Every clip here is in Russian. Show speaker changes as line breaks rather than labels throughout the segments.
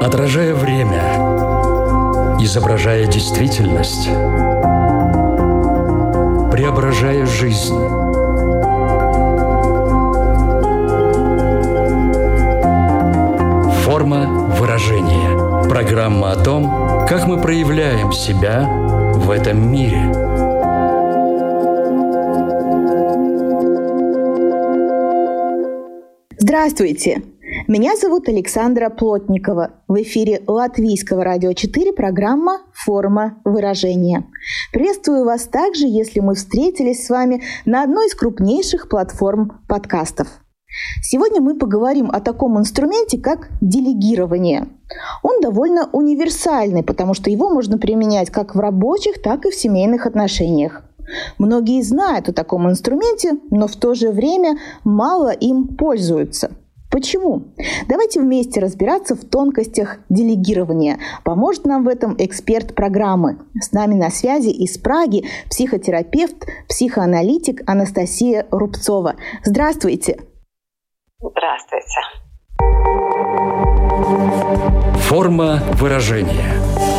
Отражая время, изображая действительность, преображая жизнь. Форма выражения. Программа о том, как мы проявляем себя в этом мире.
Здравствуйте! Меня зовут Александра Плотникова. В эфире Латвийского радио 4 программа «Форма выражения». Приветствую вас также, если мы встретились с вами на одной из крупнейших платформ подкастов. Сегодня мы поговорим о таком инструменте, как делегирование. Он довольно универсальный, потому что его можно применять как в рабочих, так и в семейных отношениях. Многие знают о таком инструменте, но в то же время мало им пользуются. Почему? Давайте вместе разбираться в тонкостях делегирования. Поможет нам в этом эксперт программы. С нами на связи из Праги психотерапевт, психоаналитик Анастасия Рубцова. Здравствуйте!
Здравствуйте!
Форма выражения.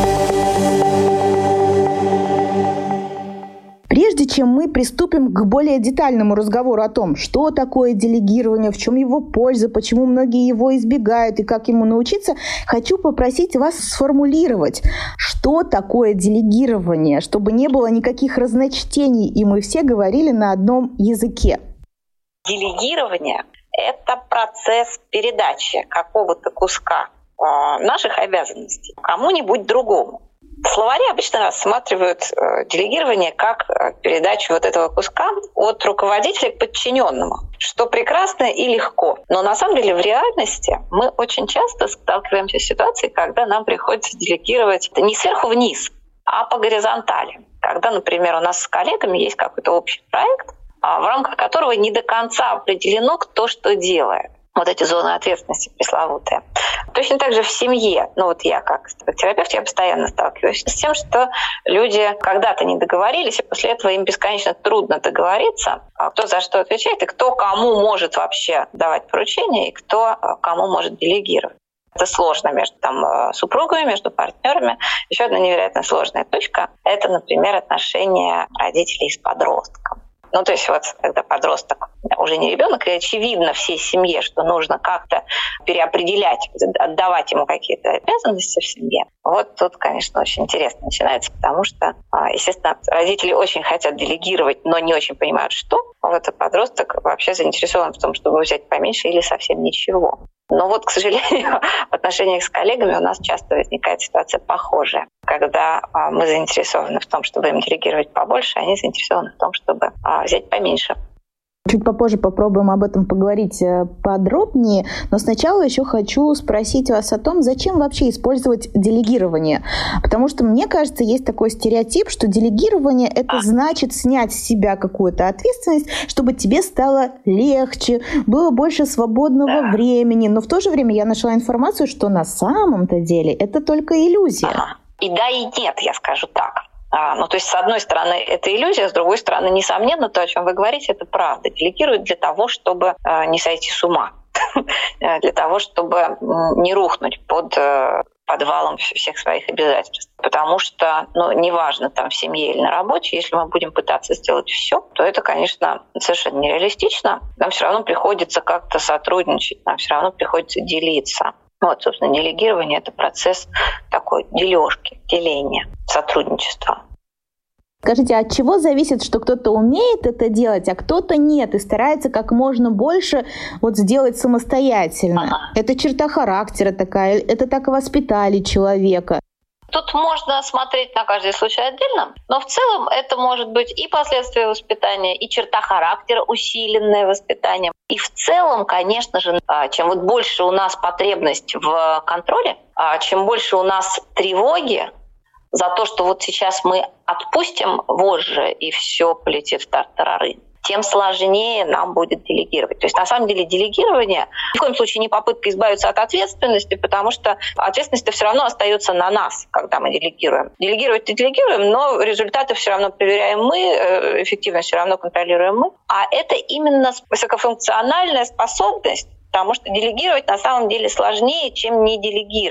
Прежде чем мы приступим к более детальному разговору о том, что такое делегирование, в чем его польза, почему многие его избегают и как ему научиться, хочу попросить вас сформулировать, что такое делегирование, чтобы не было никаких разночтений, и мы все говорили на одном языке.
Делегирование — это процесс передачи какого-то куска наших обязанностей кому-нибудь другому. Словари обычно рассматривают делегирование как передачу вот этого куска от руководителя к подчиненному, что прекрасно и легко. Но на самом деле в реальности мы очень часто сталкиваемся с ситуацией, когда нам приходится делегировать не сверху вниз, а по горизонтали. Когда, например, у нас с коллегами есть какой-то общий проект, в рамках которого не до конца определено, кто что делает. Вот эти зоны ответственности пресловутые. Точно так же в семье. Я как терапевт, я постоянно сталкиваюсь с тем, что люди когда-то не договорились, и после этого им бесконечно трудно договориться, кто за что отвечает, и кто кому может вообще давать поручения, и кто кому может делегировать. Это сложно между супругами, между партнерами. Еще одна невероятно сложная точка — это, например, отношения родителей с подростком. Когда подросток уже не ребенок, и очевидно всей семье, что нужно как-то переопределять, отдавать ему какие-то обязанности в семье. Вот тут, конечно, очень интересно начинается, потому что, естественно, родители очень хотят делегировать, но не очень понимают, что. А подросток вообще заинтересован в том, чтобы взять поменьше или совсем ничего. Но к сожалению, в отношениях с коллегами у нас часто возникает ситуация похожая, когда мы заинтересованы в том, чтобы им делегировать побольше, а они заинтересованы в том, чтобы взять поменьше.
Чуть попозже попробуем об этом поговорить подробнее, но сначала еще хочу спросить вас о том, зачем вообще использовать делегирование. Потому что, мне кажется, есть такой стереотип, что делегирование — это значит снять с себя какую-то ответственность, чтобы тебе стало легче, было больше свободного времени. Но в то же время я нашла информацию, что на самом-то деле это только иллюзия.
И да, и нет, я скажу так. С одной стороны, это иллюзия, с другой стороны, несомненно, то, о чем вы говорите, это правда. Делегируют для того, чтобы не сойти с ума, для того, чтобы не рухнуть под подвалом всех своих обязательств. Потому что, неважно, в семье или на работе, если мы будем пытаться сделать все, то это, конечно, совершенно нереалистично. Нам все равно приходится как-то сотрудничать, нам все равно приходится делиться. Собственно, делегирование — это процесс такой дележки, деления, сотрудничества.
Скажите, от чего зависит, что кто-то умеет это делать, а кто-то нет, и старается как можно больше сделать самостоятельно? Это черта характера такая, это так и воспитали человека.
Тут можно смотреть на каждый случай отдельно, но в целом это может быть и последствия воспитания, и черта характера, усиленное воспитание. И в целом, конечно же, чем больше у нас потребность в контроле, чем больше у нас тревоги за то, что сейчас мы отпустим вожжи и все полетит в тартарары, тем сложнее нам будет делегировать. То есть, на самом деле, делегирование ни в коем случае не попытка избавиться от ответственности, потому что ответственность все равно остается на нас, когда мы делегируем. Делегировать-то делегируем, но результаты все равно проверяем мы, эффективность все равно контролируем мы. А это именно высокофункциональная способность, потому что делегировать на самом деле сложнее, чем не делегировать.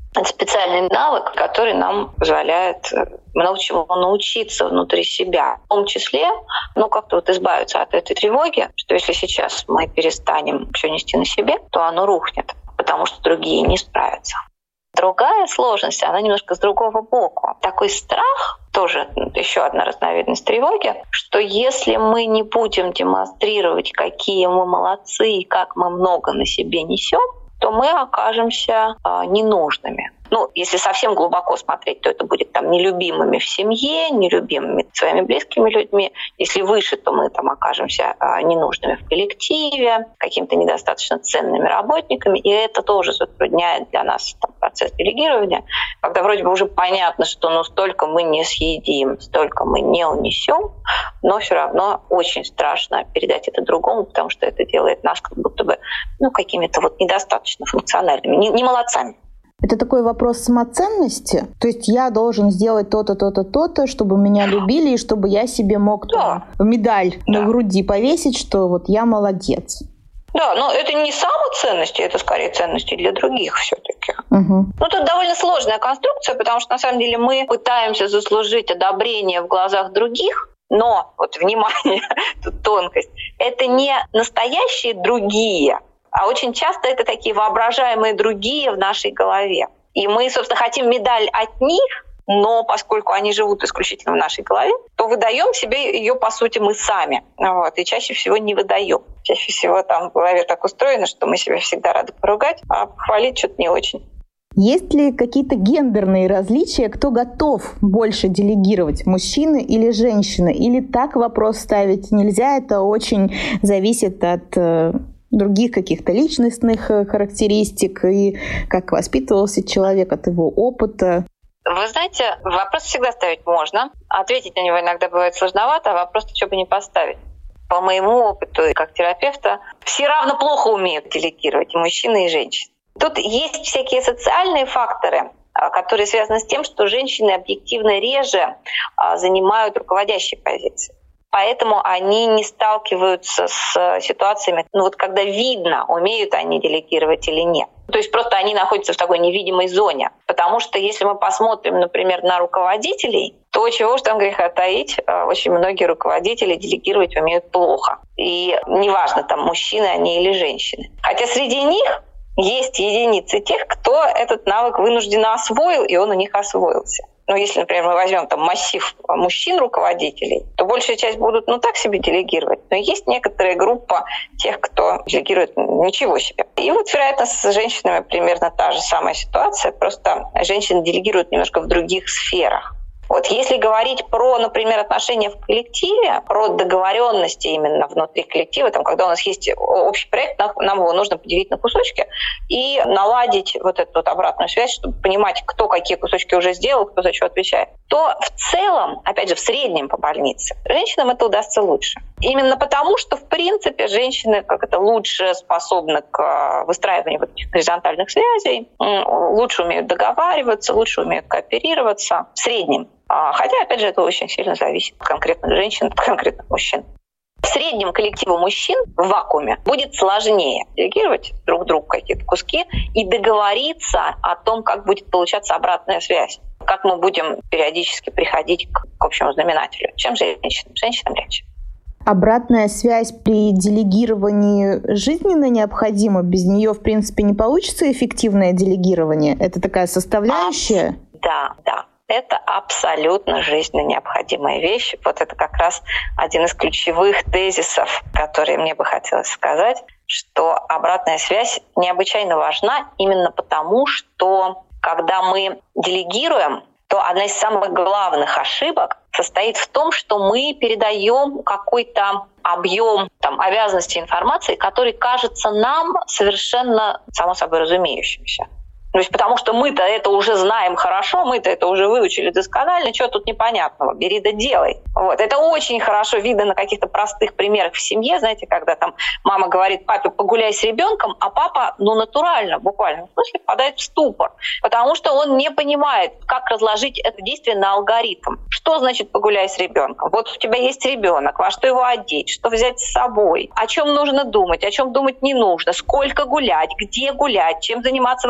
Это специальный навык, который нам позволяет много чему научиться внутри себя. В том числе, как-то избавиться от этой тревоги, что если сейчас мы перестанем все нести на себе, то оно рухнет, потому что другие не справятся. Другая сложность, она немножко с другого боку. Такой страх, тоже еще одна разновидность тревоги, что если мы не будем демонстрировать, какие мы молодцы и как мы много на себе несем, то мы окажемся ненужными. Если совсем глубоко смотреть, то это будет нелюбимыми в семье, нелюбимыми своими близкими людьми. Если выше, то мы окажемся ненужными в коллективе, какими-то недостаточно ценными работниками. И это тоже затрудняет для нас процесс делегирования, когда вроде бы уже понятно, что столько мы не съедим, столько мы не унесем, но все равно очень страшно передать это другому, потому что это делает нас как будто бы какими-то недостаточно функциональными, не молодцами.
Это такой вопрос самоценности? То есть я должен сделать то-то, то-то, то-то, чтобы меня любили, и чтобы я себе мог медаль на груди повесить, что я молодец.
Да, но это не самоценности, это скорее ценности для других все-таки. Тут довольно сложная конструкция, потому что на самом деле мы пытаемся заслужить одобрение в глазах других, но, внимание, тут тонкость, это не настоящие другие, а очень часто это такие воображаемые другие в нашей голове. И мы, собственно, хотим медаль от них, но поскольку они живут исключительно в нашей голове, то выдаем себе ее, по сути, мы сами. И чаще всего не выдаем. Чаще всего в голове так устроено, что мы себя всегда рады поругать, а похвалить что-то не очень.
Есть ли какие-то гендерные различия, кто готов больше делегировать, мужчины или женщины? Или так вопрос ставить нельзя, это очень зависит от других каких-то личностных характеристик и как воспитывался человек, от его опыта?
Вы знаете, вопрос всегда ставить можно. Ответить на него иногда бывает сложновато, а вопрос что бы не поставить. По моему опыту, как терапевта, все равно плохо умеют делегировать, и мужчины, и женщины. Тут есть всякие социальные факторы, которые связаны с тем, что женщины объективно реже занимают руководящие позиции. Поэтому они не сталкиваются с ситуациями, когда видно, умеют они делегировать или нет. То есть просто они находятся в такой невидимой зоне. Потому что если мы посмотрим, например, на руководителей, то чего уж там греха таить, очень многие руководители делегировать умеют плохо. И неважно, мужчины они или женщины. Хотя среди них есть единицы тех, кто этот навык вынужденно освоил, и он у них освоился. Если, например, мы возьмем массив мужчин-руководителей, то большая часть будут так себе делегировать. Но есть некоторая группа тех, кто делегирует ничего себе. И вероятно, с женщинами примерно та же самая ситуация, просто женщины делегируют немножко в других сферах. Если говорить про, например, отношения в коллективе, про договоренности именно внутри коллектива, когда у нас есть общий проект, нам его нужно поделить на кусочки и наладить эту обратную связь, чтобы понимать, кто какие кусочки уже сделал, кто за что отвечает, то в целом, опять же, в среднем по больнице, женщинам это удастся лучше. Именно потому, что, в принципе, женщины лучше способны к выстраиванию этих горизонтальных связей, лучше умеют договариваться, лучше умеют кооперироваться в среднем. Хотя, опять же, это очень сильно зависит от конкретных женщин, от конкретных мужчин. В среднем коллективу мужчин в вакууме будет сложнее делегировать друг другу какие-то куски и договориться о том, как будет получаться обратная связь, как мы будем периодически приходить к общему знаменателю, чем женщинам. Женщинам легче.
Обратная связь при делегировании жизненно необходима. Без нее, в принципе, не получится эффективное делегирование. Это такая составляющая?
Да. Это абсолютно жизненно необходимая вещь. Это как раз один из ключевых тезисов, которые мне бы хотелось сказать, что обратная связь необычайно важна именно потому, что когда мы делегируем, то одна из самых главных ошибок состоит в том, что мы передаем какой-то объем обязанностей информации, который кажется нам совершенно само собой разумеющимся. То есть потому что мы-то это уже знаем хорошо, мы-то это уже выучили досконально, что тут непонятного, бери да делай. Это очень хорошо видно на каких-то простых примерах в семье, знаете, когда мама говорит папе погуляй с ребенком, а папа, натурально, буквально, в смысле, впадает в ступор, потому что он не понимает, как разложить это действие на алгоритм. Что значит погуляй с ребенком? У тебя есть ребенок, во что его одеть, что взять с собой, о чем нужно думать, о чем думать не нужно, сколько гулять, где гулять, чем заниматься во время прогулки,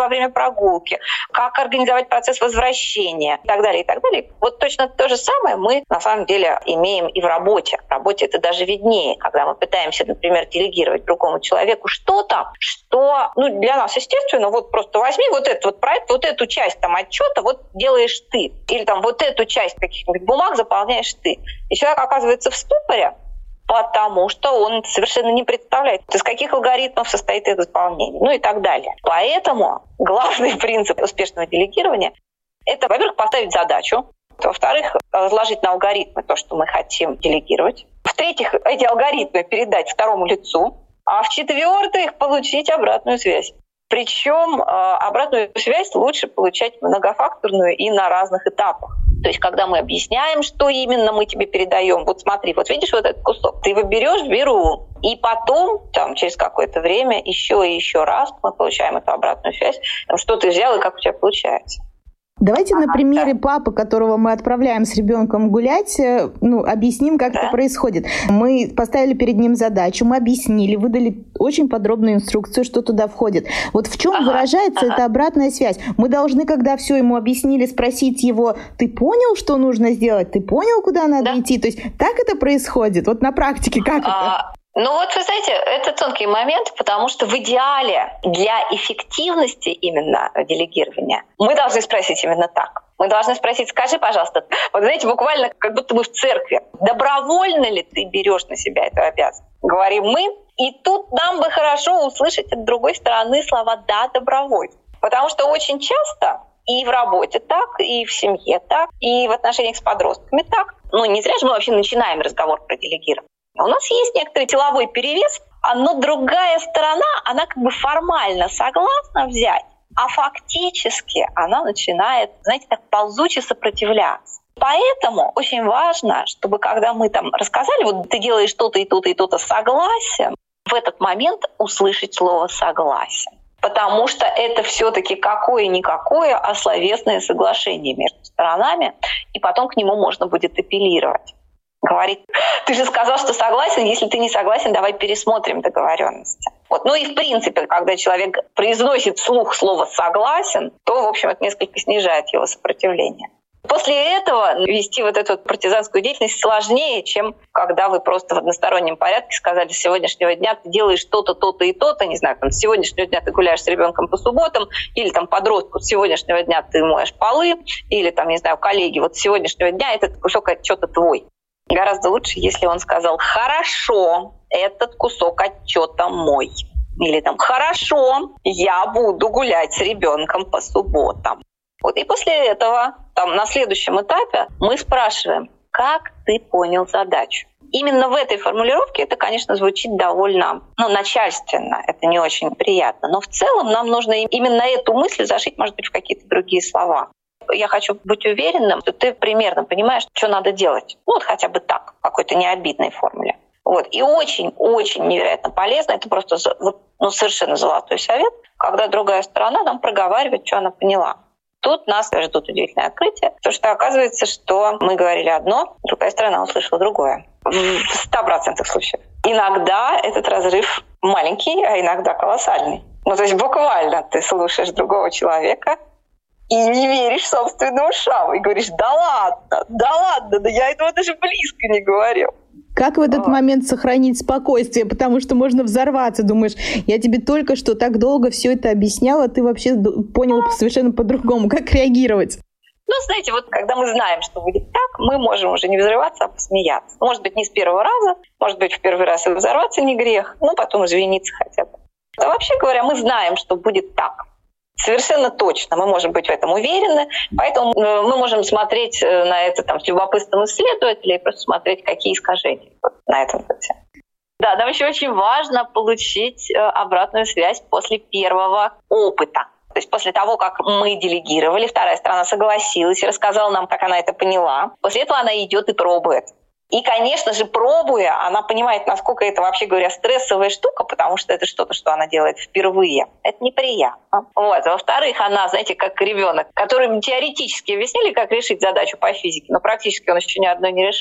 прогулки, как организовать процесс возвращения и так далее, и так далее. Вот точно то же самое мы на самом деле имеем и в работе. В работе это даже виднее, когда мы пытаемся, например, делегировать другому человеку что-то, что для нас естественно, вот просто возьми вот этот вот проект, вот эту часть там отчета вот делаешь ты, или там вот эту часть каких-нибудь бумаг заполняешь ты. И человек оказывается в ступоре, потому что он совершенно не представляет, из каких алгоритмов состоит это заполнение, и так далее. Поэтому главный принцип успешного делегирования — это, во-первых, поставить задачу, во-вторых, разложить на алгоритмы то, что мы хотим делегировать, в-третьих, эти алгоритмы передать второму лицу, а в-четвертых, получить обратную связь. Причем обратную связь лучше получать многофакторную и на разных этапах. То есть, когда мы объясняем, что именно мы тебе передаем, вот смотри, вот видишь вот этот кусок, ты его берешь, беру, и потом, через какое-то время, еще и еще раз мы получаем эту обратную связь, что ты взял и как у тебя получается.
Давайте на примере папы, которого мы отправляем с ребенком гулять, объясним, как это происходит. Мы поставили перед ним задачу, мы объяснили, выдали очень подробную инструкцию, что туда входит. Вот в чем выражается эта обратная связь? Мы должны, когда все ему объяснили, спросить его: ты понял, что нужно сделать? Ты понял, куда надо идти? То есть так это происходит? Вот на практике как это?
Вот вы знаете, это тонкий момент, потому что в идеале для эффективности именно делегирования мы должны спросить именно так. Мы должны спросить: скажи, пожалуйста, вот знаете, буквально как будто мы в церкви, добровольно ли ты берешь на себя эту обязанность? Говорим мы, и тут нам бы хорошо услышать от другой стороны слова «да, добровольно». Потому что очень часто и в работе так, и в семье так, и в отношениях с подростками так. Не зря же мы вообще начинаем разговор про делегирование. У нас есть некоторый силовой перевес, но другая сторона, она как бы формально согласна взять, а фактически она начинает, так ползуче сопротивляться. Поэтому очень важно, чтобы когда мы рассказали, вот ты делаешь то-то и то-то и то-то согласен, в этот момент услышать слово «согласен». Потому что это все-таки какое-никакое, а словесное соглашение между сторонами, и потом к нему можно будет апеллировать. Говорит: ты же сказал, что согласен, если ты не согласен, давай пересмотрим договоренности. И в принципе, когда человек произносит вслух слово «согласен», то, в общем, это несколько снижает его сопротивление. После этого вести вот эту партизанскую деятельность сложнее, чем когда вы просто в одностороннем порядке сказали: с сегодняшнего дня ты делаешь то-то, то-то и то-то, не знаю, с сегодняшнего дня ты гуляешь с ребенком по субботам, или подростку: с сегодняшнего дня ты моешь полы, или коллеги: вот с сегодняшнего дня этот кусок отчета твой. Гораздо лучше, если он сказал: хорошо, этот кусок отчета мой. Или хорошо, я буду гулять с ребенком по субботам. И после этого, на следующем этапе мы спрашиваем: как ты понял задачу? Именно в этой формулировке это, конечно, звучит довольно начальственно, это не очень приятно. Но в целом нам нужно именно эту мысль зашить, может быть, в какие-то другие слова. Я хочу быть уверенным, что ты примерно понимаешь, что надо делать. Хотя бы так, в какой-то необидной формуле. И очень-очень невероятно полезно, это просто совершенно золотой совет, когда другая сторона нам проговаривает, что она поняла. Тут нас ждут удивительные открытия, потому что оказывается, что мы говорили одно, другая сторона услышала другое. В 100% случаев. Иногда этот разрыв маленький, а иногда колоссальный. То есть буквально ты слушаешь другого человека и не веришь собственным ушам, и говоришь: да ладно, я этого даже близко не говорил.
Как в этот момент сохранить спокойствие? Потому что можно взорваться, думаешь: я тебе только что так долго все это объясняла, ты вообще понял совершенно по-другому. Как реагировать?
Знаете, когда мы знаем, что будет так, мы можем уже не взрываться, а посмеяться. Может быть, не с первого раза, может быть, в первый раз и взорваться не грех, потом извиниться хотя бы. А вообще говоря, мы знаем, что будет так. Совершенно точно, мы можем быть в этом уверены, поэтому мы можем смотреть на это с любопытством исследователей и просто смотреть, какие искажения на этом пути. Да, нам еще очень важно получить обратную связь после первого опыта. То есть после того, как мы делегировали, вторая сторона согласилась и рассказала нам, как она это поняла. После этого она идет и пробует. И, конечно же, пробуя, она понимает, насколько это, вообще говоря, стрессовая штука, потому что это что-то, что она делает впервые. Это неприятно. Во-вторых, она, знаете, как ребенок, которому теоретически объяснили, как решить задачу по физике, но практически он еще ни одной не решал.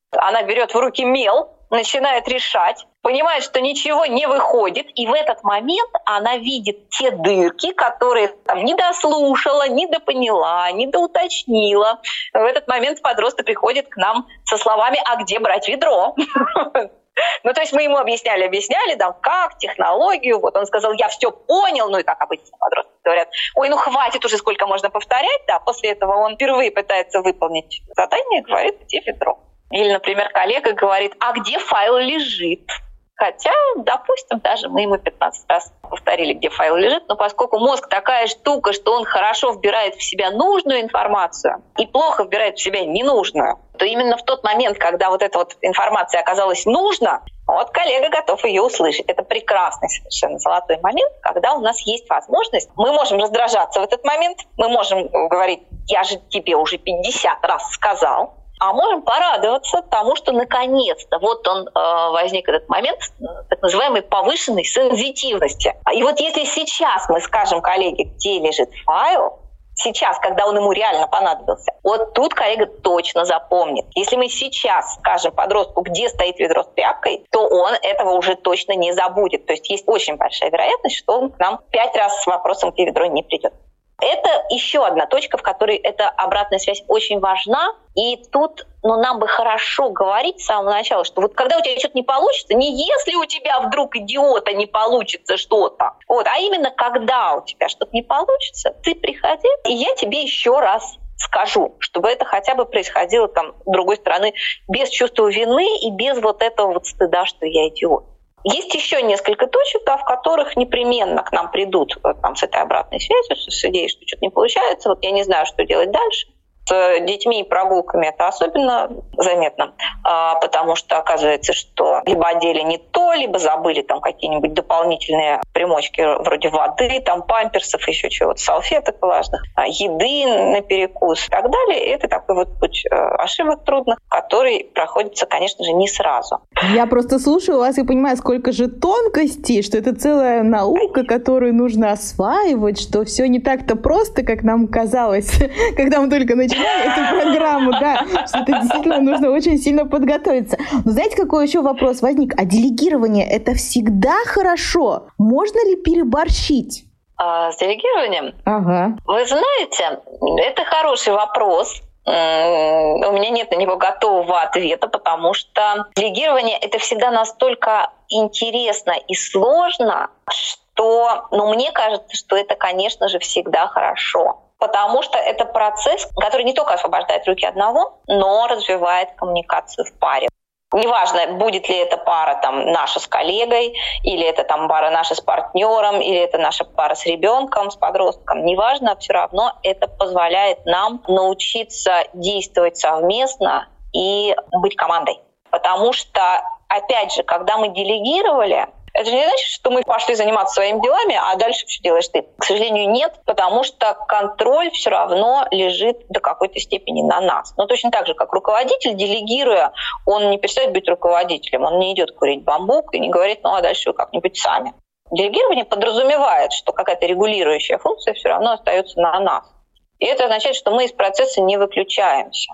Она берет в руки мел, начинает решать, понимает, что ничего не выходит, и в этот момент она видит те дырки, которые там не дослушала, не допоняла, не доуточнила. В этот момент подросток приходит к нам со словами: «А где брать ведро?» Ну, то есть мы ему объясняли, там, как, технологию. Вот он сказал: «Я все понял». Ну, и как обычно подростки говорят: «Ой, ну хватит уже, сколько можно повторять». Да, после этого он впервые пытается выполнить задание и говорит: «Где ведро?» Или, например, коллега говорит: «А где файл лежит?» Хотя, допустим, даже мы ему 15 раз повторили, где файл лежит, но поскольку мозг такая штука, что он хорошо вбирает в себя нужную информацию и плохо вбирает в себя ненужную, то именно в тот момент, когда вот эта вот информация оказалась нужна, вот коллега готов ее услышать. Это прекрасный совершенно золотой момент, когда у нас есть возможность. Мы можем раздражаться в этот момент, мы можем говорить: «Я же тебе уже 50 раз сказал». А можем порадоваться тому, что наконец-то вот он возник этот момент так называемой повышенной сензитивности. И вот если сейчас мы скажем коллеге, где лежит файл, сейчас, когда он ему реально понадобился, вот тут коллега точно запомнит. Если мы сейчас скажем подростку, где стоит ведро с тряпкой, то он этого уже точно не забудет. То есть есть очень большая вероятность, что он к нам 5 раз с вопросом, где ведро, не придет. Это еще одна точка, в которой эта обратная связь очень важна. И тут нам бы хорошо говорить с самого начала, что вот когда у тебя что-то не получится, не если у тебя вдруг, идиота, не получится что-то, а именно когда у тебя что-то не получится, ты приходи, и я тебе еще раз скажу, чтобы это хотя бы происходило там с другой стороны без чувства вины и без вот этого вот стыда, что я идиот. Есть еще несколько точек, в которых непременно к нам придут там, с этой обратной связью, с идеей, что что-то не получается, вот я не знаю, что делать дальше. С детьми и прогулками это особенно заметно, потому что оказывается, что либо одели не то, либо забыли там какие-нибудь дополнительные примочки вроде воды, там памперсов, еще чего-то, салфеток влажных, еды на перекус и так далее. И это такой вот путь ошибок трудных, который проходится, конечно же, не сразу.
Я просто слушаю вас и понимаю, сколько же тонкостей, что это целая наука, которую нужно осваивать, что все не так-то просто, как нам казалось, когда мы только начали эту программу, да, что это действительно нужно очень сильно подготовиться. Но знаете, какой еще вопрос возник? А делегирование — это всегда хорошо? Можно ли переборщить?
С делегированием?
Ага.
Вы знаете, это хороший вопрос. У меня нет на него готового ответа, потому что делегирование — это всегда настолько интересно и сложно, что, мне кажется, что это, конечно же, всегда хорошо. Потому что это процесс, который не только освобождает руки одного, но развивает коммуникацию в паре. Неважно, будет ли эта пара там, наша с коллегой, или это там, пара наша с партнером, или это наша пара с ребенком, с подростком. Неважно, все равно это позволяет нам научиться действовать совместно и быть командой. Потому что, опять же, когда мы делегировали, это же не значит, что мы пошли заниматься своими делами, а дальше все делаешь ты. К сожалению, нет, потому что контроль все равно лежит до какой-то степени на нас. Но точно так же, как руководитель, делегируя, он не перестает быть руководителем, он не идет курить бамбук и не говорит: а дальше вы как-нибудь сами. Делегирование подразумевает, что какая-то регулирующая функция все равно остается на нас. И это означает, что мы из процесса не выключаемся.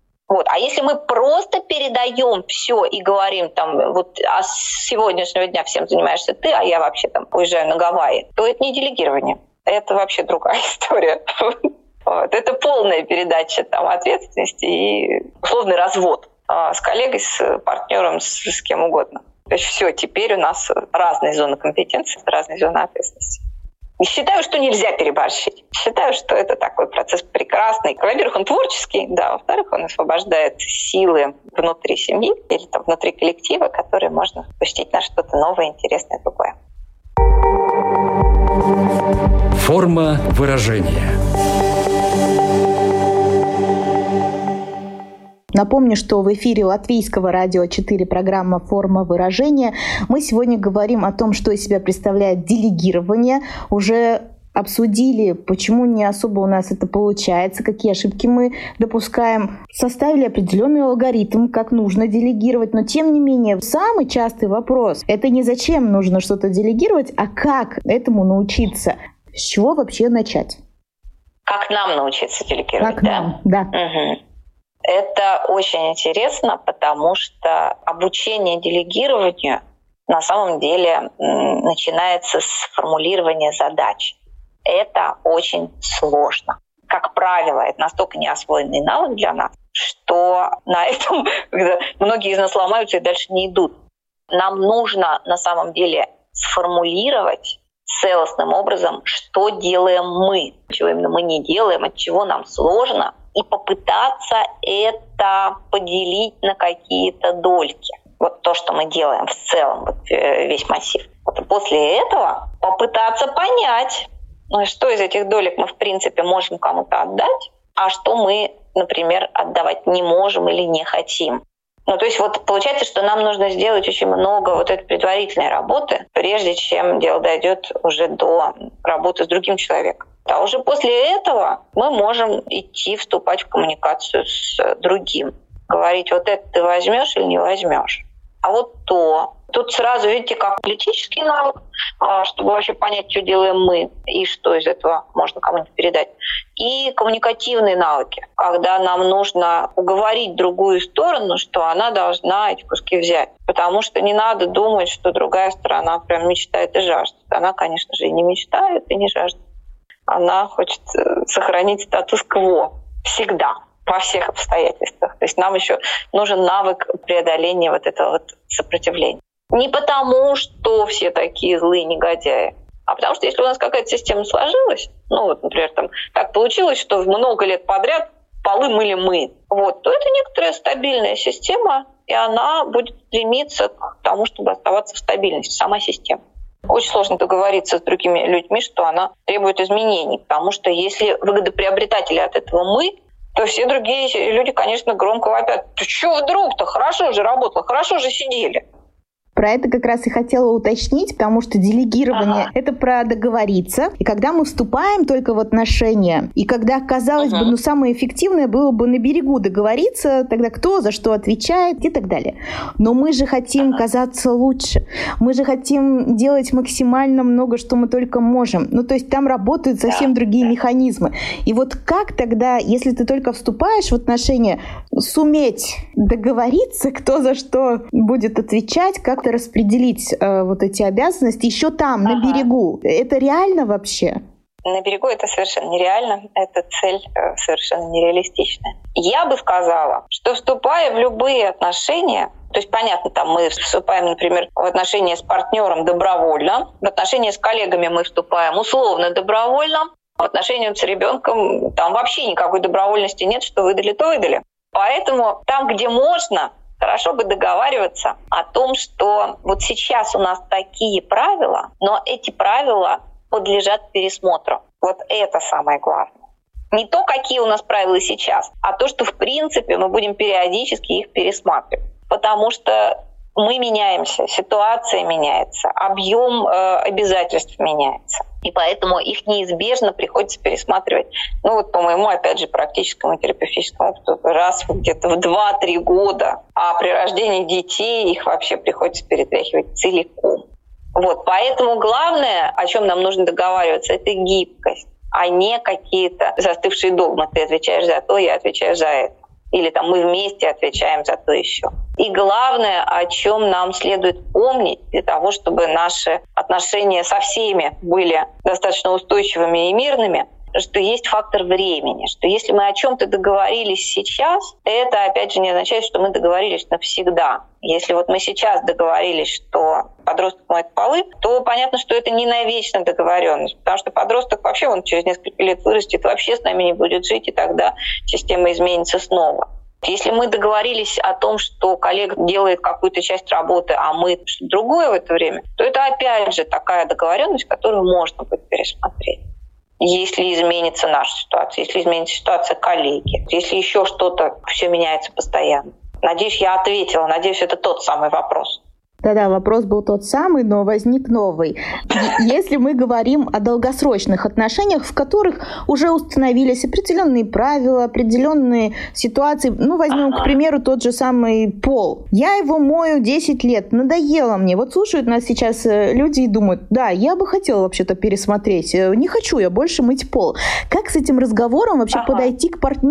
А если мы просто передаем все и говорим там, а с сегодняшнего дня всем занимаешься ты, а я вообще там уезжаю на Гавайи, то это не делегирование, это вообще другая история. Это полная передача там ответственности и условный развод с коллегой, с партнером, с кем угодно. То есть все, теперь у нас разные зоны компетенции, разные зоны ответственности. Считаю, что нельзя переборщить. Считаю, что это такой процесс прекрасный. Во-первых, он творческий, да. Во-вторых, он освобождает силы внутри семьи или там, внутри коллектива, которые можно пустить на что-то новое, интересное, другое.
Форма выражения.
Напомню, что в эфире Латвийского радио 4 программа «Форма выражения». Мы сегодня говорим о том, что из себя представляет делегирование. Уже обсудили, почему не особо у нас это получается, какие ошибки мы допускаем. Составили определенный алгоритм, как нужно делегировать. Но тем не менее, самый частый вопрос – это не зачем нужно что-то делегировать, а как этому научиться. С чего вообще начать?
Как нам научиться делегировать,
как нам, да.
Угу. Это очень интересно, потому что обучение делегированию на самом деле начинается с формулирования задач. Это очень сложно. Как правило, это настолько неосвоенный навык для нас, что на этом многие из нас ломаются и дальше не идут. Нам нужно на самом деле сформулировать целостным образом, что делаем мы, чего именно мы не делаем, от чего нам сложно, и попытаться это поделить на какие-то дольки. Вот то, что мы делаем в целом, вот весь массив. Вот после этого попытаться понять, что из этих долек мы, в принципе, можем кому-то отдать, а что мы, например, отдавать не можем или не хотим. То есть вот получается, что нам нужно сделать очень много вот этой предварительной работы, прежде чем дело дойдет уже до работы с другим человеком. А уже после этого мы можем вступать в коммуникацию с другим. Говорить, вот это ты возьмешь или не возьмешь. А вот то. Тут сразу, видите, как политический навык, чтобы вообще понять, что делаем мы и что из этого можно кому-нибудь передать. И коммуникативные навыки, когда нам нужно уговорить другую сторону, что она должна эти куски взять. Потому что не надо думать, что другая сторона прям мечтает и жаждет. Она, конечно же, и не мечтает, и не жаждет. Она хочет сохранить статус-кво всегда, во всех обстоятельствах. То есть нам еще нужен навык преодоления вот этого вот сопротивления. Не потому, что все такие злые негодяи, а потому что если у нас какая-то система сложилась, например, так получилось, что много лет подряд полы мыли мы, то это некоторая стабильная система, и она будет стремиться к тому, чтобы оставаться в стабильности, сама система. Очень сложно договориться с другими людьми, что она требует изменений, потому что если выгодоприобретатели от этого мы, то все другие люди, конечно, громко вопят: «Ты что вдруг-то? Хорошо же работало, хорошо же сидели».
Про это как раз и хотела уточнить, потому что делегирование — это про договориться. И когда мы вступаем только в отношения, и когда, казалось бы, самое эффективное было бы на берегу договориться, тогда кто за что отвечает и так далее. Но мы же хотим казаться лучше. Мы же хотим делать максимально много, что мы только можем. То есть там работают совсем другие механизмы. И вот как тогда, если ты только вступаешь в отношения, суметь договориться, кто за что будет отвечать, как распределить вот эти обязанности еще там, на берегу. Это реально вообще?
На берегу это совершенно нереально. Эта цель совершенно нереалистичная. Я бы сказала, что вступая в любые отношения, то есть, понятно, там мы вступаем, например, в отношения с партнером добровольно, в отношения с коллегами мы вступаем условно добровольно, в отношениях с ребенком там вообще никакой добровольности нет, что выдали, то выдали. Поэтому там, где можно, хорошо бы договариваться о том, что вот сейчас у нас такие правила, но эти правила подлежат пересмотру. Вот это самое главное. Не то, какие у нас правила сейчас, а то, что в принципе мы будем периодически их пересматривать. Потому что мы меняемся, ситуация меняется, объем обязательств меняется. И поэтому их неизбежно приходится пересматривать, по моему, опять же, практическому и терапевтическому опыту, раз где-то в 2-3 года. А при рождении детей их вообще приходится перетряхивать целиком. Поэтому главное, о чем нам нужно договариваться, это гибкость, а не какие-то застывшие догмы. Ты отвечаешь за то, я отвечаю за это. Или мы вместе отвечаем за то еще. И главное, о чем нам следует помнить для того, чтобы наши отношения со всеми были достаточно устойчивыми и мирными, что есть фактор времени, что если мы о чем-то договорились сейчас, это, опять же, не означает, что мы договорились навсегда. Если мы сейчас договорились, что подросток моет полы, то понятно, что это не навечно договоренность, потому что подросток вообще через несколько лет вырастет, вообще с нами не будет жить, и тогда система изменится снова. Если мы договорились о том, что коллега делает какую-то часть работы, а мы что-то другое в это время, то это опять же такая договоренность, которую можно будет пересмотреть. Если изменится наша ситуация, если изменится ситуация коллеги, если еще что-то, все меняется постоянно. Надеюсь, я ответила. Надеюсь, это тот самый вопрос.
Да-да, вопрос был тот самый, но возник новый. Если мы говорим о долгосрочных отношениях, в которых уже установились определенные правила, определенные ситуации, возьмем, к примеру, тот же самый пол. Я его мою 10 лет, надоело мне. Слушают нас сейчас люди и думают: да, я бы хотела вообще-то пересмотреть, не хочу я больше мыть пол. Как с этим разговором вообще подойти к партнеру?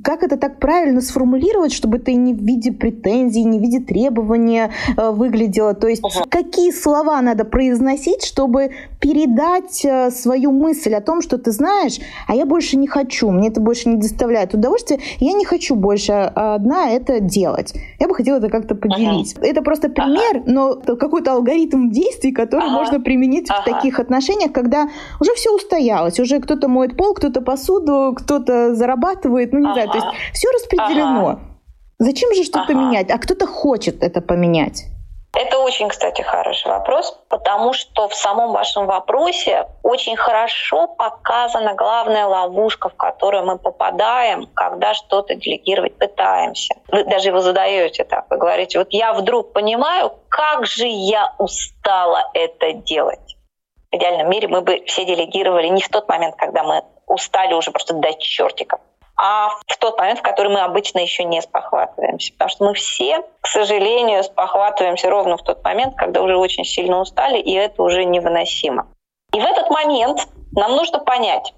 как это так правильно сформулировать, чтобы это не в виде претензий, не в виде требования выглядело? То есть какие слова надо произносить, чтобы передать свою мысль о том, что ты знаешь, а я больше не хочу, мне это больше не доставляет удовольствия, я не хочу больше одна это делать. Я бы хотела это как-то поделить. Это просто пример, но какой-то алгоритм действий, который можно применить в таких отношениях, когда уже все устоялось, уже кто-то моет пол, кто-то посуду, кто-то зарабатывает, не знаю, то есть все распределено. Зачем же что-то менять? А кто-то хочет это поменять.
Это очень, кстати, хороший вопрос, потому что в самом вашем вопросе очень хорошо показана главная ловушка, в которую мы попадаем, когда что-то делегировать пытаемся. Вы даже его задаете так, вы говорите, вот я вдруг понимаю, как же я устала это делать. В идеальном мире мы бы все делегировали не в тот момент, когда мы устали уже просто до чертиков, а в тот момент, в который мы обычно еще не спохватываемся. Потому что мы все, к сожалению, спохватываемся ровно в тот момент, когда уже очень сильно устали, и это уже невыносимо. И в этот момент нам нужно понять,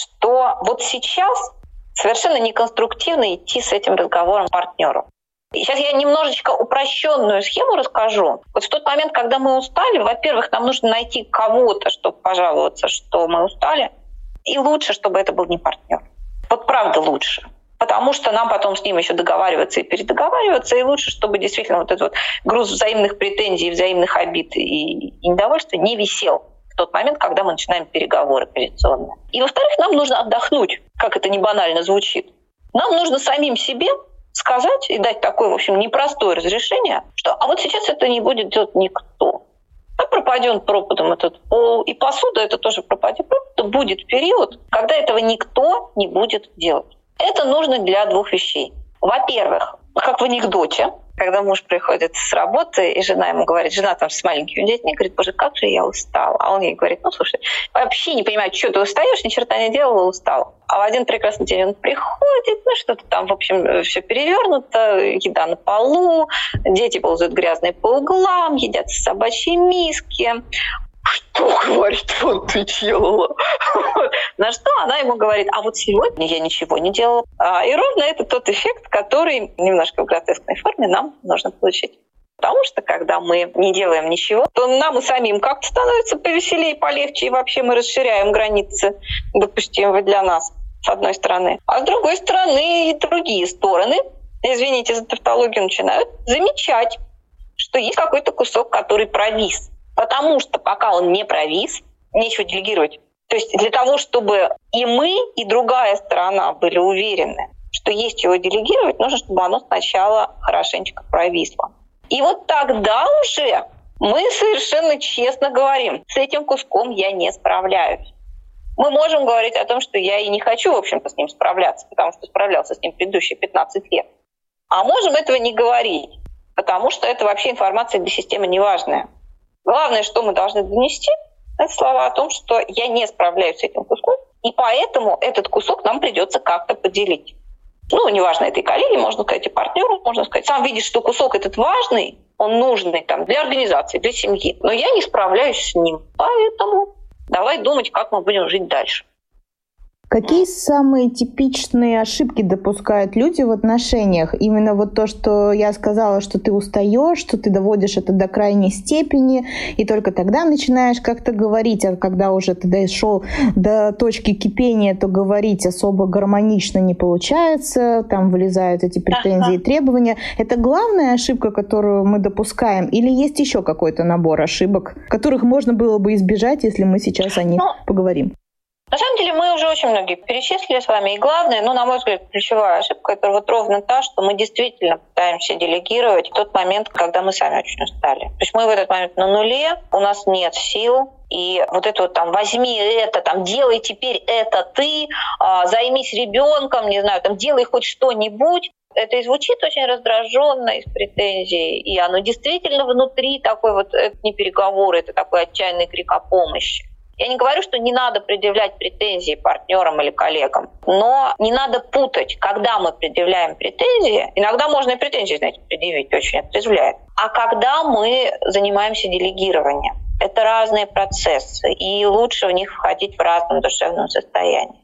что вот сейчас совершенно неконструктивно идти с этим разговором к партнеру. И сейчас я немножечко упрощенную схему расскажу. Вот в тот момент, когда мы устали, во-первых, нам нужно найти кого-то, чтобы пожаловаться, что мы устали, и лучше, чтобы это был не партнер. Вот правда лучше. Потому что нам потом с ним еще договариваться и передоговариваться, и лучше, чтобы действительно вот этот вот груз взаимных претензий, взаимных обид и недовольства не висел в тот момент, когда мы начинаем переговоры позиционные. И, во-вторых, нам нужно отдохнуть, как это не банально звучит. Нам нужно самим себе сказать и дать такое, в общем, непростое разрешение, что а вот сейчас это не будет делать никто. Пропадет пропадом этот пол, и посуда это тоже пропадет пропадом. Будет период, когда этого никто не будет делать. Это нужно для двух вещей. Во-первых, как в анекдоте, когда муж приходит с работы, и жена ему говорит, жена там с маленькими детьми, говорит, боже, как же я устала. А он ей говорит, слушай, вообще не понимаю, что ты устаешь, ни черта не делала, устал. А в один прекрасный день он приходит, что-то там, в общем, все перевернуто, еда на полу, дети ползают грязные по углам, едят из собачьей миски. Что, говорит, вот ты делала? На что она ему говорит, а вот сегодня я ничего не делала. И ровно это тот эффект, который немножко в гротескной форме нам нужно получить. Потому что, когда мы не делаем ничего, то нам и самим как-то становится повеселее, полегче, и вообще мы расширяем границы допустимого для нас, с одной стороны. А с другой стороны, и другие стороны, извините за тавтологию, начинают замечать, что есть какой-то кусок, который провис. Потому что пока он не провис, нечего делегировать. То есть для того, чтобы и мы, и другая сторона были уверены, что есть его делегировать, нужно, чтобы оно сначала хорошенечко провисло. И вот тогда уже мы совершенно честно говорим, с этим куском я не справляюсь. Мы можем говорить о том, что я и не хочу, в общем-то, с ним справляться, потому что справлялся с ним предыдущие 15 лет. А можем этого не говорить, потому что это вообще информация для системы неважная. Главное, что мы должны донести, это слова о том, что я не справляюсь с этим куском, и поэтому этот кусок нам придется как-то поделить. Неважно, этой коллеге, можно сказать, и партнеру, можно сказать. Сам видишь, что кусок этот важный, он нужный там, для организации, для семьи, но я не справляюсь с ним. Поэтому давай думать, как мы будем жить дальше.
Какие самые типичные ошибки допускают люди в отношениях? Именно вот то, что я сказала, что ты устаешь, что ты доводишь это до крайней степени, и только тогда начинаешь как-то говорить, а когда уже ты дошел до точки кипения, то говорить особо гармонично не получается, там вылезают эти претензии и требования. Это главная ошибка, которую мы допускаем? Или есть еще какой-то набор ошибок, которых можно было бы избежать, если мы сейчас о них поговорим?
На самом деле мы уже очень многие перечислили с вами. И главное, на мой взгляд, ключевая ошибка — это вот ровно та, что мы действительно пытаемся делегировать в тот момент, когда мы сами очень устали. То есть мы в этот момент на нуле, у нас нет сил. И вот это вот там возьми это, там делай теперь это ты, займись ребенком, не знаю, там делай хоть что-нибудь. Это и звучит очень раздраженно, из претензий, и оно действительно внутри такой вот, это не переговоры, это такой отчаянный крик о помощи. Я не говорю, что не надо предъявлять претензии партнерам или коллегам, но не надо путать, когда мы предъявляем претензии, иногда можно и претензии, знаете, предъявить, очень отрезвляет, а когда мы занимаемся делегированием. Это разные процессы, и лучше в них входить в разном душевном состоянии.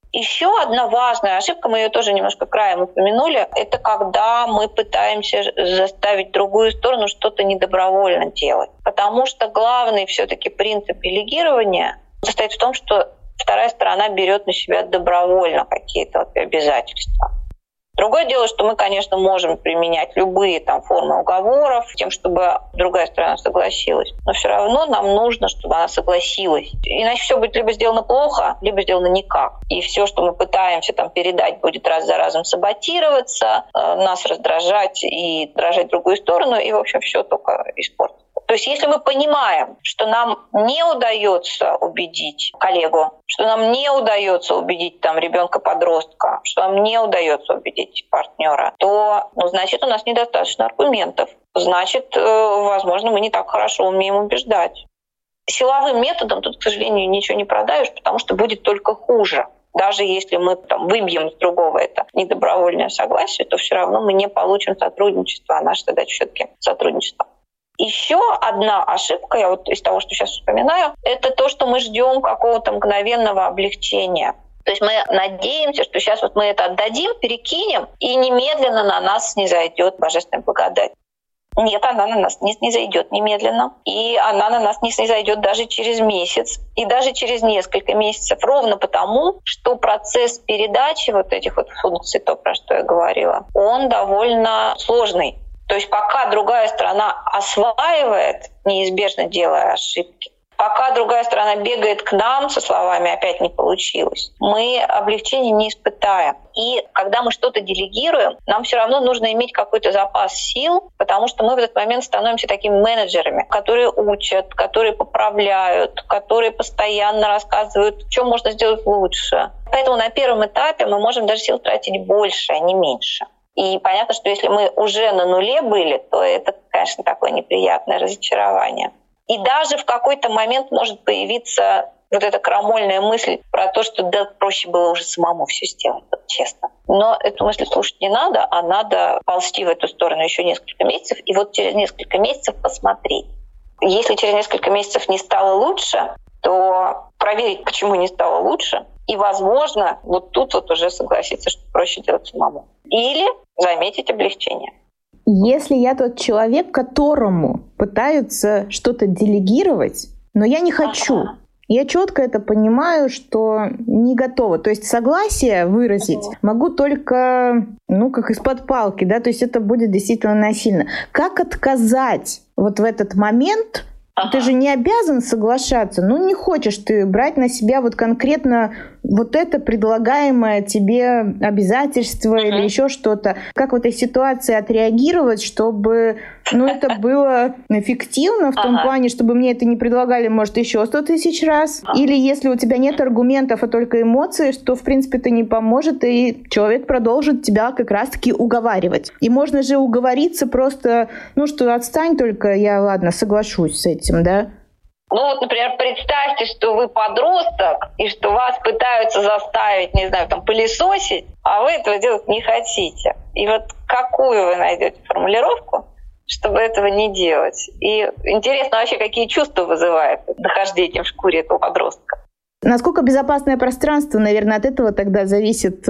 Еще одна важная ошибка, мы ее тоже немножко краем упомянули, это когда мы пытаемся заставить другую сторону что-то недобровольно делать. Потому что главный все-таки принцип делегирования состоит в том, что вторая сторона берет на себя добровольно какие-то обязательства. Другое дело, что мы, конечно, можем применять любые формы уговоров, тем, чтобы другая сторона согласилась. Но все равно нам нужно, чтобы она согласилась. Иначе все будет либо сделано плохо, либо сделано никак. И все, что мы пытаемся передать, будет раз за разом саботироваться, нас раздражать и раздражать другую сторону, и, в общем, все только испортится. То есть если мы понимаем, что нам не удается убедить коллегу, что нам не удается убедить ребенка-подростка, что нам не удается убедить партнера, то значит, у нас недостаточно аргументов. Значит, возможно, мы не так хорошо умеем убеждать. Силовым методом тут, к сожалению, ничего не продавишь, потому что будет только хуже. Даже если мы выбьем с другого это недобровольное согласие, то все равно мы не получим сотрудничество, а наша задача все-таки сотрудничество. Еще одна ошибка, я из того, что сейчас вспоминаю, это то, что мы ждем какого-то мгновенного облегчения. То есть мы надеемся, что сейчас мы это отдадим, перекинем, и немедленно на нас снизойдет божественная благодать. Нет, она на нас не снизойдет немедленно, и она на нас не снизойдет даже через месяц, и даже через несколько месяцев, ровно потому, что процесс передачи этих функций, то, про что я говорила, он довольно сложный. То есть пока другая сторона осваивает, неизбежно делая ошибки, пока другая сторона бегает к нам со словами «опять не получилось», мы облегчения не испытаем. И когда мы что-то делегируем, нам все равно нужно иметь какой-то запас сил, потому что мы в этот момент становимся такими менеджерами, которые учат, которые поправляют, которые постоянно рассказывают, что можно сделать лучше. Поэтому на первом этапе мы можем даже сил тратить больше, а не меньше. И понятно, что если мы уже на нуле были, то это, конечно, такое неприятное разочарование. И даже в какой-то момент может появиться эта крамольная мысль про то, что проще было уже самому все сделать, честно. Но эту мысль слушать не надо, а надо ползти в эту сторону еще несколько месяцев, и через несколько месяцев посмотреть. Если через несколько месяцев не стало лучше, то проверить, почему не стало лучше, и, возможно, тут уже согласиться, что проще делать самому. Или заметить облегчение.
Если я тот человек, которому пытаются что-то делегировать, но я не хочу, я четко это понимаю, что не готова. То есть согласие выразить могу только, как из-под палки, да, то есть это будет действительно насильно. Как отказать в этот момент? Ты же не обязан соглашаться, не хочешь ты брать на себя конкретно это предлагаемое тебе обязательство или еще что-то. Как в этой ситуации отреагировать, чтобы это было эффективно в том плане, чтобы мне это не предлагали, может, еще 100 тысяч раз. Или если у тебя нет аргументов, а только эмоции, что, в принципе, это не поможет, и человек продолжит тебя как раз-таки уговаривать. И можно же уговориться просто, что отстань только, я, ладно, соглашусь с этим, да?
Например, представьте, что вы подросток, и что вас пытаются заставить, пылесосить, а вы этого делать не хотите. И какую вы найдете формулировку, чтобы этого не делать? И интересно вообще, какие чувства вызывает нахождение в шкуре этого подростка.
Насколько безопасное пространство, наверное, от этого тогда зависит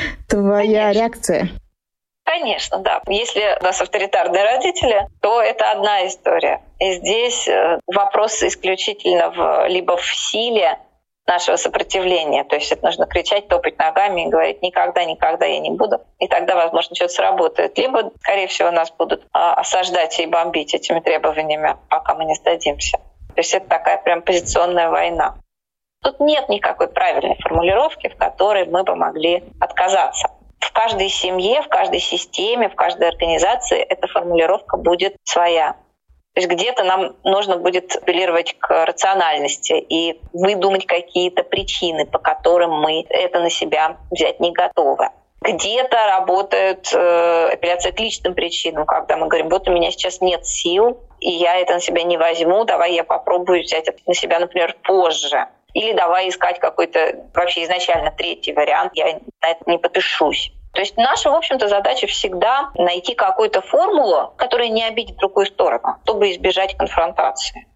твоя реакция.
Конечно, да. Если у нас авторитарные родители, то это одна история. И здесь вопрос исключительно либо в силе нашего сопротивления. То есть это нужно кричать, топать ногами и говорить «никогда, никогда я не буду». И тогда, возможно, что-то сработает. Либо, скорее всего, нас будут осаждать и бомбить этими требованиями, пока мы не сдадимся. То есть это такая прям позиционная война. Тут нет никакой правильной формулировки, в которой мы бы могли отказаться. В каждой семье, в каждой системе, в каждой организации эта формулировка будет своя. То есть где-то нам нужно будет апеллировать к рациональности и выдумать какие-то причины, по которым мы это на себя взять не готовы. Где-то работает апелляция к личным причинам, когда мы говорим, у меня сейчас нет сил, и я это на себя не возьму, давай я попробую взять это на себя, например, позже. Или давай искать какой-то вообще изначально третий вариант, я на это не подпишусь. То есть наша, в общем-то, задача всегда найти какую-то формулу, которая не обидит другую сторону, чтобы избежать конфронтации.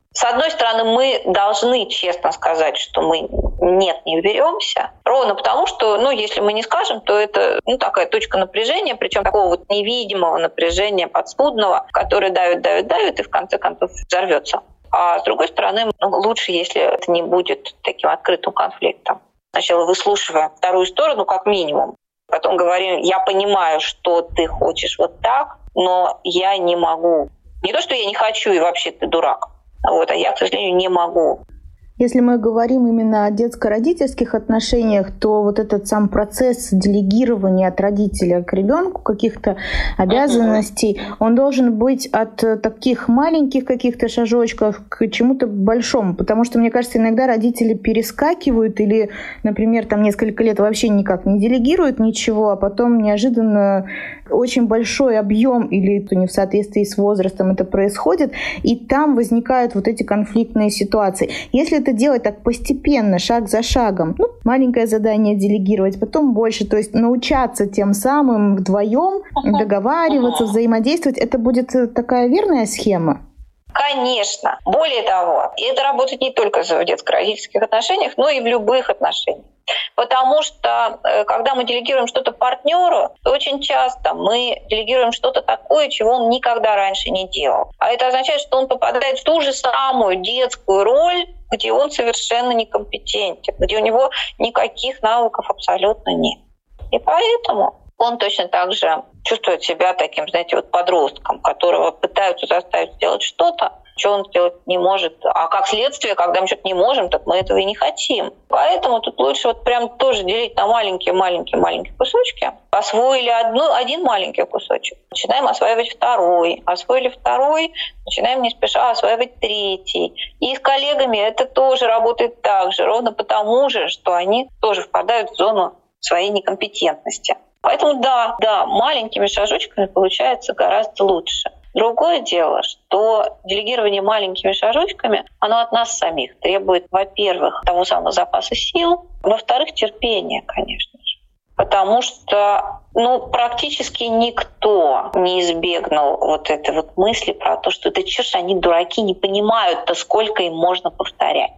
С одной стороны, мы должны честно сказать, что мы не беремся, ровно потому, что, если мы не скажем, то это такая точка напряжения, причем такого вот невидимого напряжения подспудного, которое давит и в конце концов взорвется. А с другой стороны, лучше, если это не будет таким открытым конфликтом. Сначала выслушиваем вторую сторону как минимум, потом говорим: я понимаю, что ты хочешь вот так, но я не могу. Не то, что я не хочу и вообще ты дурак. А я, к сожалению, не могу.
Если мы говорим именно о детско-родительских отношениях, то вот этот сам процесс делегирования от родителя к ребенку каких-то обязанностей, он должен быть от таких маленьких каких-то шажочков к чему-то большому. Потому что, мне кажется, иногда родители перескакивают или, например, там несколько лет вообще никак не делегируют ничего, а потом неожиданно очень большой объем или то не в соответствии с возрастом это происходит, и там возникают вот эти конфликтные ситуации. Если это делать так постепенно, шаг за шагом, маленькое задание делегировать, потом больше, то есть научаться тем самым вдвоем договариваться, взаимодействовать, это будет такая верная схема?
Конечно. Более того, и это работает не только в детско-родительских отношениях, но и в любых отношениях. Потому что, когда мы делегируем что-то партнеру, то очень часто мы делегируем что-то такое, чего он никогда раньше не делал. А это означает, что он попадает в ту же самую детскую роль, где он совершенно некомпетентен, где у него никаких навыков абсолютно нет. И поэтому он точно так же чувствует себя таким, подростком, которого пытаются заставить сделать что-то, что он сделать не может. А как следствие, когда мы что-то не можем, так мы этого и не хотим. Поэтому тут лучше прям тоже делить на маленькие кусочки. Освоили один маленький кусочек, начинаем осваивать второй. Освоили второй, начинаем не спеша осваивать третий. И с коллегами это тоже работает так же, ровно потому же, что они тоже впадают в зону своей некомпетентности. Поэтому да, маленькими шажочками получается гораздо лучше. Другое дело, что делегирование маленькими шажочками, оно от нас самих требует, во-первых, того самого запаса сил, во-вторых, терпения, конечно же. Потому что практически никто не избегнул этой мысли про то, что это чушь, они дураки, не понимают-то, сколько им можно повторять.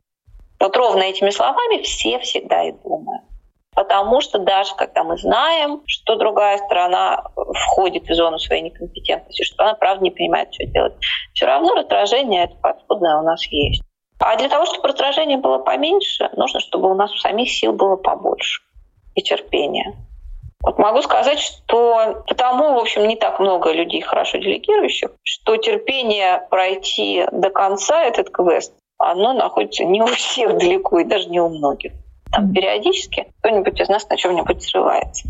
Ровно этими словами все всегда и думают. Потому что даже когда мы знаем, что другая сторона входит в зону своей некомпетентности, что она, правда, не понимает, что делать, все равно раздражение это подспудное у нас есть. А для того, чтобы раздражение было поменьше, нужно, чтобы у нас у самих сил было побольше и терпения. Могу сказать, что потому, в общем, не так много людей хорошо делегирующих, что терпение пройти до конца этот квест, оно находится не у всех далеко и даже не у многих. Периодически кто-нибудь из нас на чем-нибудь срывается.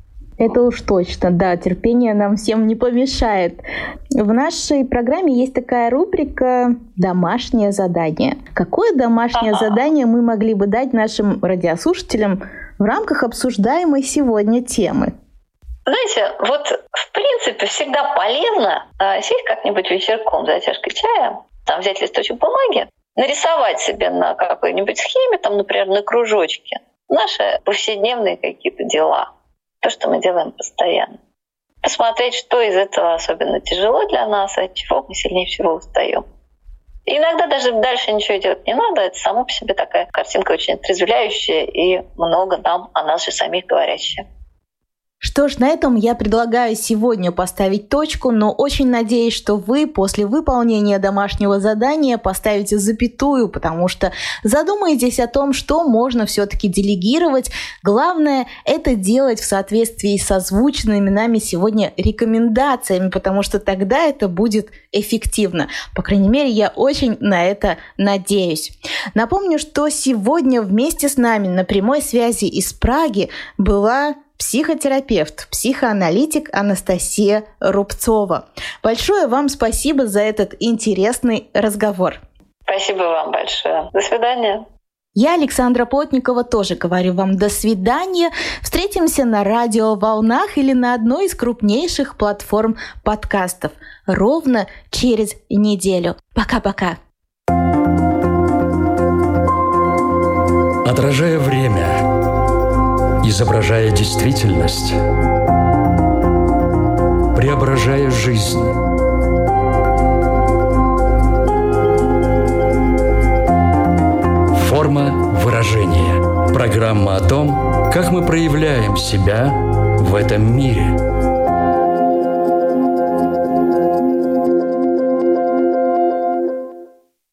Это уж точно, да, терпение нам всем не помешает. В нашей программе есть такая рубрика «Домашнее задание». Какое домашнее задание мы могли бы дать нашим радиослушателям в рамках обсуждаемой сегодня темы?
Знаете, в принципе всегда полезно сесть как-нибудь вечерком за чашкой чая, взять листочек бумаги, нарисовать себе на какой-нибудь схеме, например, на кружочке, наши повседневные какие-то дела, то, что мы делаем постоянно. Посмотреть, что из этого особенно тяжело для нас, от чего мы сильнее всего устаем. Иногда даже дальше ничего делать не надо, это само по себе такая картинка очень отрезвляющая и много нам о нас же самих говорящая.
Что ж, на этом я предлагаю сегодня поставить точку, но очень надеюсь, что вы после выполнения домашнего задания поставите запятую, потому что задумаетесь о том, что можно все-таки делегировать. Главное – это делать в соответствии с озвученными нами сегодня рекомендациями, потому что тогда это будет эффективно. По крайней мере, я очень на это надеюсь. Напомню, что сегодня вместе с нами на прямой связи из Праги была психотерапевт, психоаналитик Анастасия Рубцова. Большое вам спасибо за этот интересный разговор.
Спасибо вам большое. До свидания.
Я, Александра Плотникова, тоже говорю вам до свидания. Встретимся на радиоволнах или на одной из крупнейших платформ подкастов ровно через неделю. Пока-пока.
Отражая время, изображая действительность, преображая жизнь. Программа о том, как мы проявляем себя в этом мире.